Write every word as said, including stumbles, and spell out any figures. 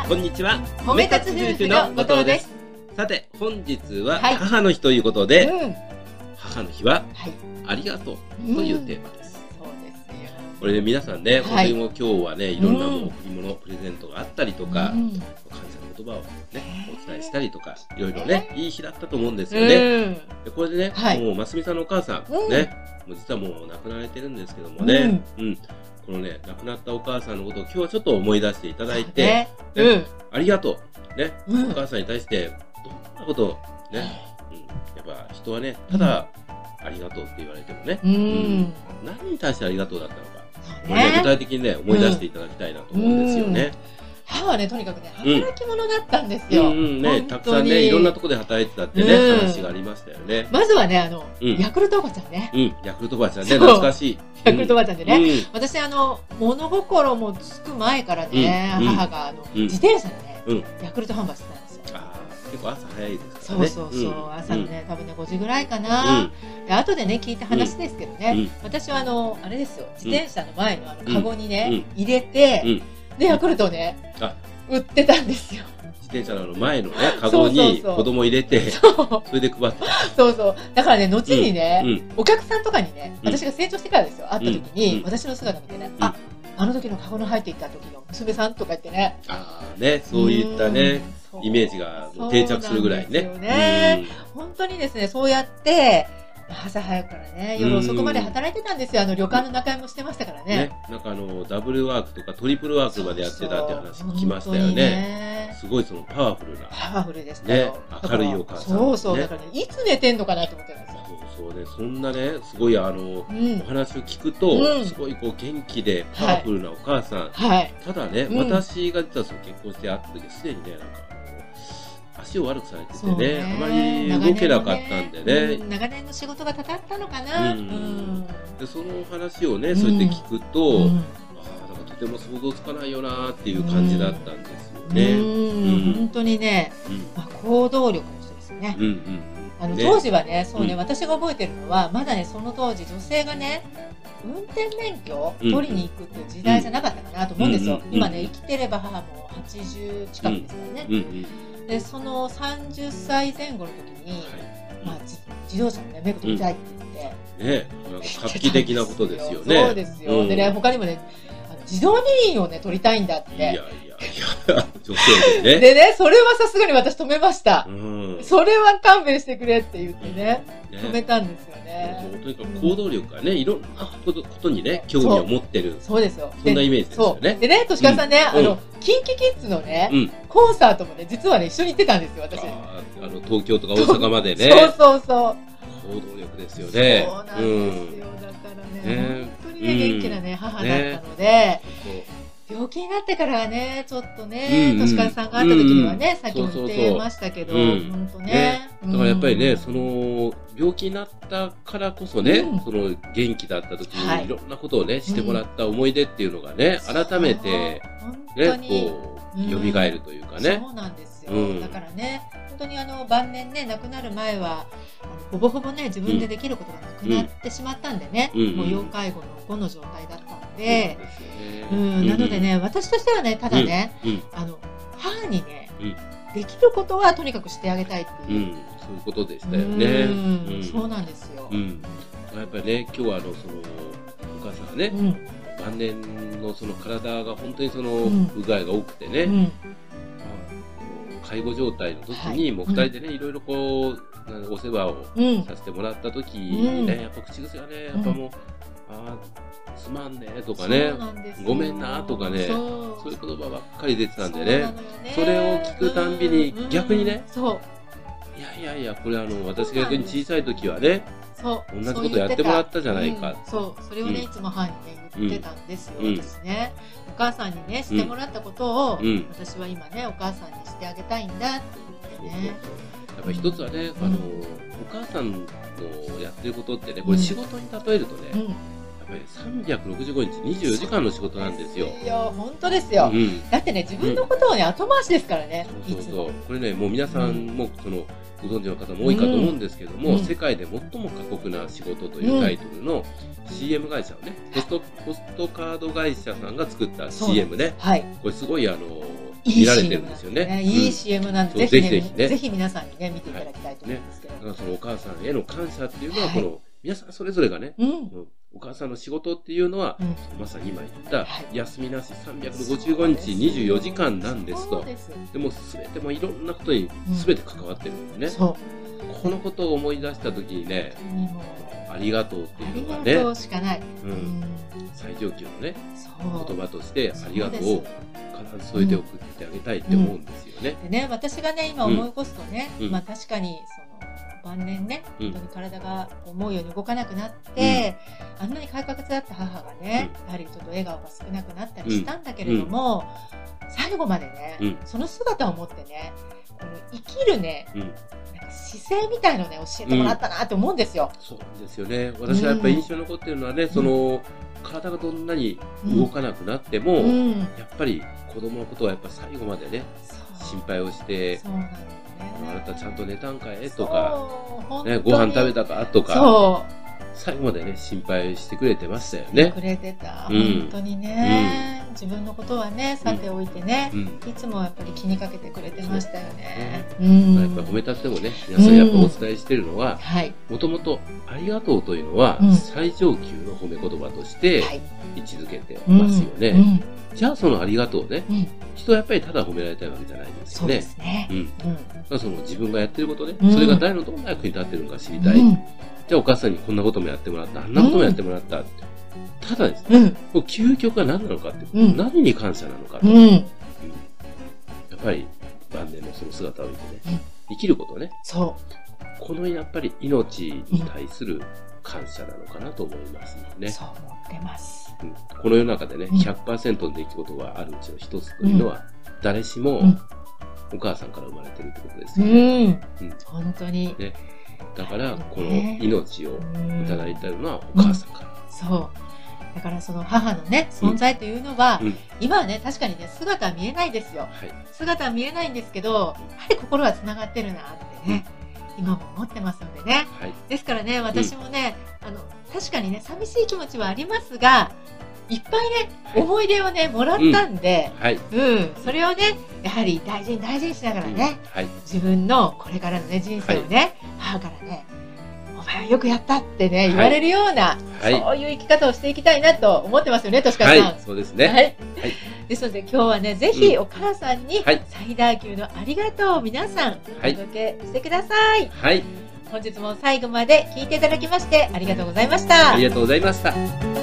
こんにちは。 褒め立つ夫婦の後藤です。 さて本日ははい母の日ということで、 うん、 母の日ははい、 ありがとうというテーマです。 うん、そうですよ。 これね皆さんね、 はい、 本当にもう今日はねいろんなもううん贈り物、プレゼントがあったりとか、 うん、 感謝の言葉をねお伝えしたりとか、いろいろねいい日だったと思うんですよね。 うん、 でこれでね、 はい、 もうますみさんのお母さん、 うん、 ね、もう実はもう亡くなられてるんですけどもね、 うん、 うん、このね亡くなったお母さんのことを今日はちょっと思い出していただいて、 ね、 ね、 うん、 ありがとうね、 うん、 お母さんに対してどんなことをね、うん、やっぱ人はねただ、ありがとうって言われてもね、 うん、 何に対してありがとうだったのか、 そうこれね、 ね、 具体的にね思い出していただきたいなと思うんですよね。 母はねとにかくね働き者だったんですよ。 うんうんね、たくさんねいろんなところで働いてたってね、 うん、 話がありましたよね。 まずはねあの、 うん、 ヤクルトおばちゃんね。 うん、ヤクルトおばちゃんね懐かしい。 ヤクルトおばちゃんでね、 うん、 私あの物心もつく前からね、うん、母があの、うん、自転車でね、うん、ヤクルト販売してたんですよ。 あ結構朝早いですからね。 そうそうそう、うん、朝のね多分ねごじぐらいかな、うん、で後でね聞いた話ですけどね、うん、私はあのあれですよ自転車の前のあのカゴにね、うん、入れて、うん、でヤクルトをね売ってたんですよ。 自転車の前のねカゴに子供入れてそれで配ってた。 そうそうだからね後にね、うんうん、お客さんとかにね私が成長してからですよ会った時に、うん、私の姿見てね、うん、ああの時のカゴの入っていった時の娘さんとか言ってね、 ああねそういったねイメージが定着するぐらいね。 ね本当にですねそうやって朝早くからね夜遅くまで働いてたんですよ。あの旅館の仲居もしてましたからね。 ねなんかあのダブルワークとかトリプルワークまでやってたって話聞きましたよね。ねすごいそのパワフルなパワフルでしたよ。 ね明るいお母さん、ね、 そうそうだからねいつ寝てんのかなと思ってたんですよ。 そうそうねそんなねすごいあの、うん、お話を聞くと、うん、すごいこう元気でパワフルなお母さん、はい、ただね、うん、私が実はその結婚して会った時すでにねなんか足を悪くされてて ね, ねあまり動けなかったんでね、 うん、長年の仕事がたたったのかな、うんうん、 でその話をね、うん、そうやって聞くと、うん、あなんかとても想像つかないよなっていう感じだったんですよね。 うんうん、本当にね、うんまあ、行動力の人ですよね。うんうんあの当時はね、そうね、うん、私が覚えてるのはまだねその当時女性がね運転免許を取りに行くっていう時代じゃなかったかなと思うんですよ。今ね生きてれば母もはちじゅう近くですからね。うんうんでそのさんじゅっさいぜん後の時に、はいまあ、自動車のね免許取りたいって言って、うん、ねなんか画期的なことですよね。 そうですよ、うん、でね他にもねあの自動二輪をね取りたいんだって。いやいやいや女性でねでねそれはさすがに私止めました、うん、それは勘弁してくれって言ってね、ね止めたんですよね。 とにかく行動力がね、うん、いろんなことにね興味を持ってるそうですよそんなイメージですよね。 でねとしかさんね、うん、あのキンキキッズのね、うん、コンサートもね実はね一緒に行ってたんですよ私。 ああの東京とか大阪までねそうそうそう行動力ですよね。 そうなんですよ、うん、だからね、ね本当にね元気なね母だったので、ね、病気になってからはねちょっとねとしかさんが会った時にはね、うん、さっきも言ってましたけど本当ねだからやっぱりねその病気になったからこそね、うん、その元気だった時にいろんなことをね、はい、してもらった思い出っていうのがね、うん、改めてねこう蘇るというかね、 うん、そうなんですよ、うん、だからね本当にあの晩年ね亡くなる前はあのほぼほぼね自分でできることがなくなってしまったんでね、うん、もう要介護の後の状態だったんで、うんうん、なのでね私としてはねただね、うん、あの母にね、うん、できることはとにかくしてあげたいっていう、うん、 そういうことでしたよね。うんうん、そうなんですよ、うん、 やっぱりね今日はあのそのお母さんがね、うん、晩年のその体が本当にその不具合が多くてね、うん介護状態の時にもうふたりでね、うん、いろいろこうお世話をさせてもらった時にね、うん、やっぱ口癖がねやっぱもう、うん、あすまんねとかねごめんなとかねそういう言葉ばっかり出てたんで ね, そ, ねそれを聞くたんびに逆にね、うん、そういやいやいやこれあの私が逆に小さい時はねそう同じことやってもらったじゃないか、 うん、そうそれをね、うん、いつも母にね言ってたんですよ、うん、私ねお母さんにねしてもらったことを、うん、私は今ねお母さんにしてあげたいんだって言ってね。 やっぱり一つはね、うん、あのお母さんのやってることってねこれ仕事に例えるとね、うん、やっぱりさんびゃくろくじゅうごにちにじゅうよじかんの仕事なんですよ。いや本当ですよ、うん、だってね自分のことをね、うん、後回しですからね。 そうそうそうこれねもう皆さんもそのご存知の方も多いかと思うんですけども、うん、世界で最も過酷な仕事というタイトルの シーエム 会社をね、ポスト、ポストカード会社さんが作った シーエム ね、はい、これすごいあの見られてるんですよね。 いい シーエム なんで、ぜひね、ぜひ皆さんにね、見ていただきたいと思いますけど。 だからそのお母さんへの感謝っていうのは、この、皆さんそれぞれがね、お母さんの仕事っていうのは、まさに今言った、休みなしさんびゃくろくじゅうごにちにじゅうよじかんなんですと。でも、すべてもいろんなことにすべて関わってるんですね。このことを思い出したときにね、ありがとうっていうのがね、 ありがとうしかない。 最上級のね、言葉として、ありがとうを必ず添えて送ってあげたいって思うんですよね。 でね、私がね、今思い起こすとね、まあ確かに、その、晩年ね、本当に体が思うように動かなくなって、あんなに快活だった母がね、やはりちょっと笑顔が少なくなったりしたんだけれども、最後までね、その姿を持ってね、この生きるね、姿勢みたいのね、教えてもらったなって思うんですよ。 そうですよね。私はやっぱり印象に残ってるのはね、その、体がどんなに動かなくなっても、やっぱり子供のことはやっぱ最後までね、心配をして、あなたちゃんと寝たんかいとか、ね、ご飯食べたかとか、最後までね、心配してくれてましたよね。 くれてた。本当にね。自分のことはね、さておいてね、いつもやっぱり気にかけてくれてましたよね。 やっぱ褒めたってもね、皆さんやっぱお伝えしてるのは、もともとありがとうというのは最上級の褒め言葉として位置づけてますよね。じゃあそのありがとうね、人はやっぱりただ褒められたいわけじゃないんですよね。そうですね。うん。その自分がやってることね、それが誰のどんな役に立ってるのか知りたい。じゃあお母さんにこんなこともやってもらった、あんなこともやってもらった。ただですね、究極は何なのかって、何に感謝なのかと。やっぱり晩年のその姿を見てね、生きることね。そう。このやっぱり命に対する感謝なのかなと思いますね。 そう思ってます。 この世の中でね、ひゃくパーセント の出来事があるうちの一つというのは、誰しもお母さんから生まれてるってことですよね。 本当に。 だから、この命をいただいたのはお母さんから。 そう。だからその母のね、存在というのは、今はね、確かにね、姿は見えないですよ。姿は見えないんですけど、やはり心は繋がってるなってね、今も思ってますのでね。ですからね、私もね、あの、確かにね、寂しい気持ちはありますが、いっぱいね、思い出をね、もらったんで、うん、それをね、やはり大事に大事にしながらね、自分のこれからのね、人生をね、母からね、お前はよくやったってね、言われるような、そういう生き方をしていきたいなと思ってますよね、としかさん。 はい、そうですね。はい。 ですので今日はね、ぜひお母さんに最大級のありがとうを皆さんお届けしてください。はい。本日も最後まで聞いていただきましてありがとうございました。 ありがとうございました。